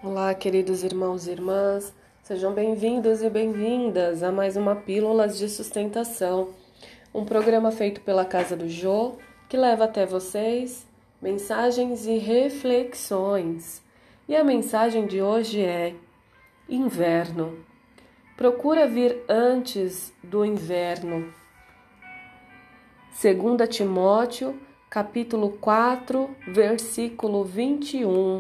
Olá, queridos irmãos e irmãs, sejam bem-vindos e bem-vindas a mais uma Pílulas de Sustentação, um programa feito pela Casa do Jô, que leva até vocês mensagens e reflexões. E a mensagem de hoje é: Inverno. Procura vir antes do inverno. 2 Timóteo, capítulo 4, versículo 21.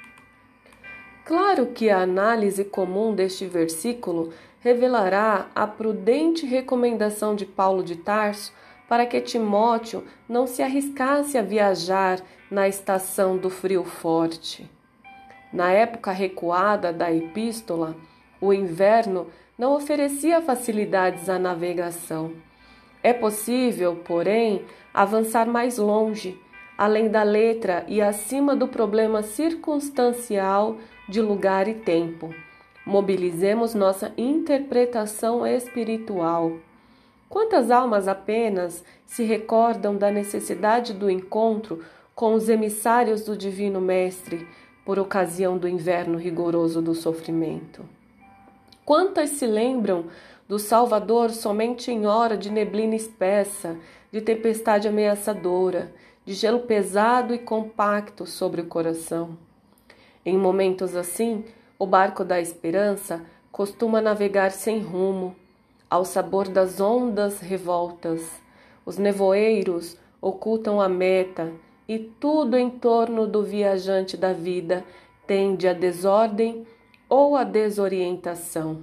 Claro que a análise comum deste versículo revelará a prudente recomendação de Paulo de Tarso para que Timóteo não se arriscasse a viajar na estação do frio forte. Na época recuada da epístola, o inverno não oferecia facilidades à navegação. É possível, porém, avançar mais longe, além da letra e acima do problema circunstancial de lugar e tempo. Mobilizemos nossa interpretação espiritual. Quantas almas apenas se recordam da necessidade do encontro com os emissários do Divino Mestre por ocasião do inverno rigoroso do sofrimento? Quantas se lembram do Salvador somente em hora de neblina espessa, de tempestade ameaçadora, de gelo pesado e compacto sobre o coração? Em momentos assim, o barco da esperança costuma navegar sem rumo, ao sabor das ondas revoltas. Os nevoeiros ocultam a meta e tudo em torno do viajante da vida tende à desordem ou à desorientação.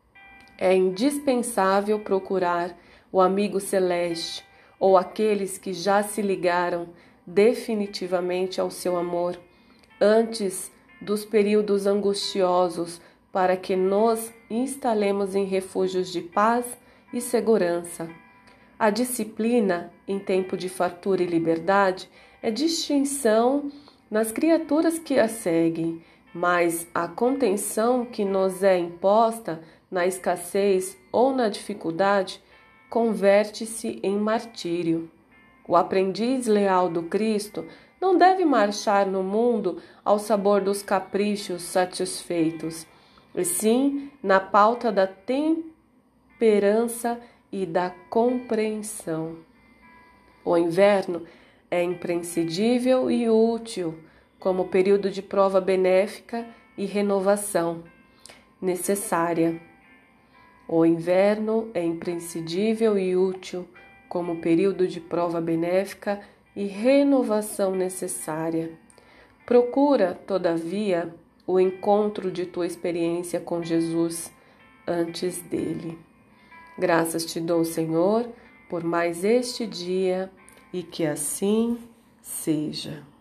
É indispensável procurar o amigo celeste ou aqueles que já se ligaram definitivamente ao seu amor antes dos períodos angustiosos, para que nos instalemos em refúgios de paz e segurança. A disciplina, em tempo de fartura e liberdade, é distinção nas criaturas que a seguem, mas a contenção que nos é imposta na escassez ou na dificuldade converte-se em martírio. O aprendiz leal do Cristo não deve marchar no mundo ao sabor dos caprichos satisfeitos, e sim na pauta da temperança e da compreensão. O inverno é imprescindível e útil como período de prova benéfica e renovação necessária. O inverno é imprescindível e útil como período de prova benéfica e renovação necessária. Procura, todavia, o encontro de tua experiência com Jesus antes dele. Graças te dou, Senhor, por mais este dia e que assim seja.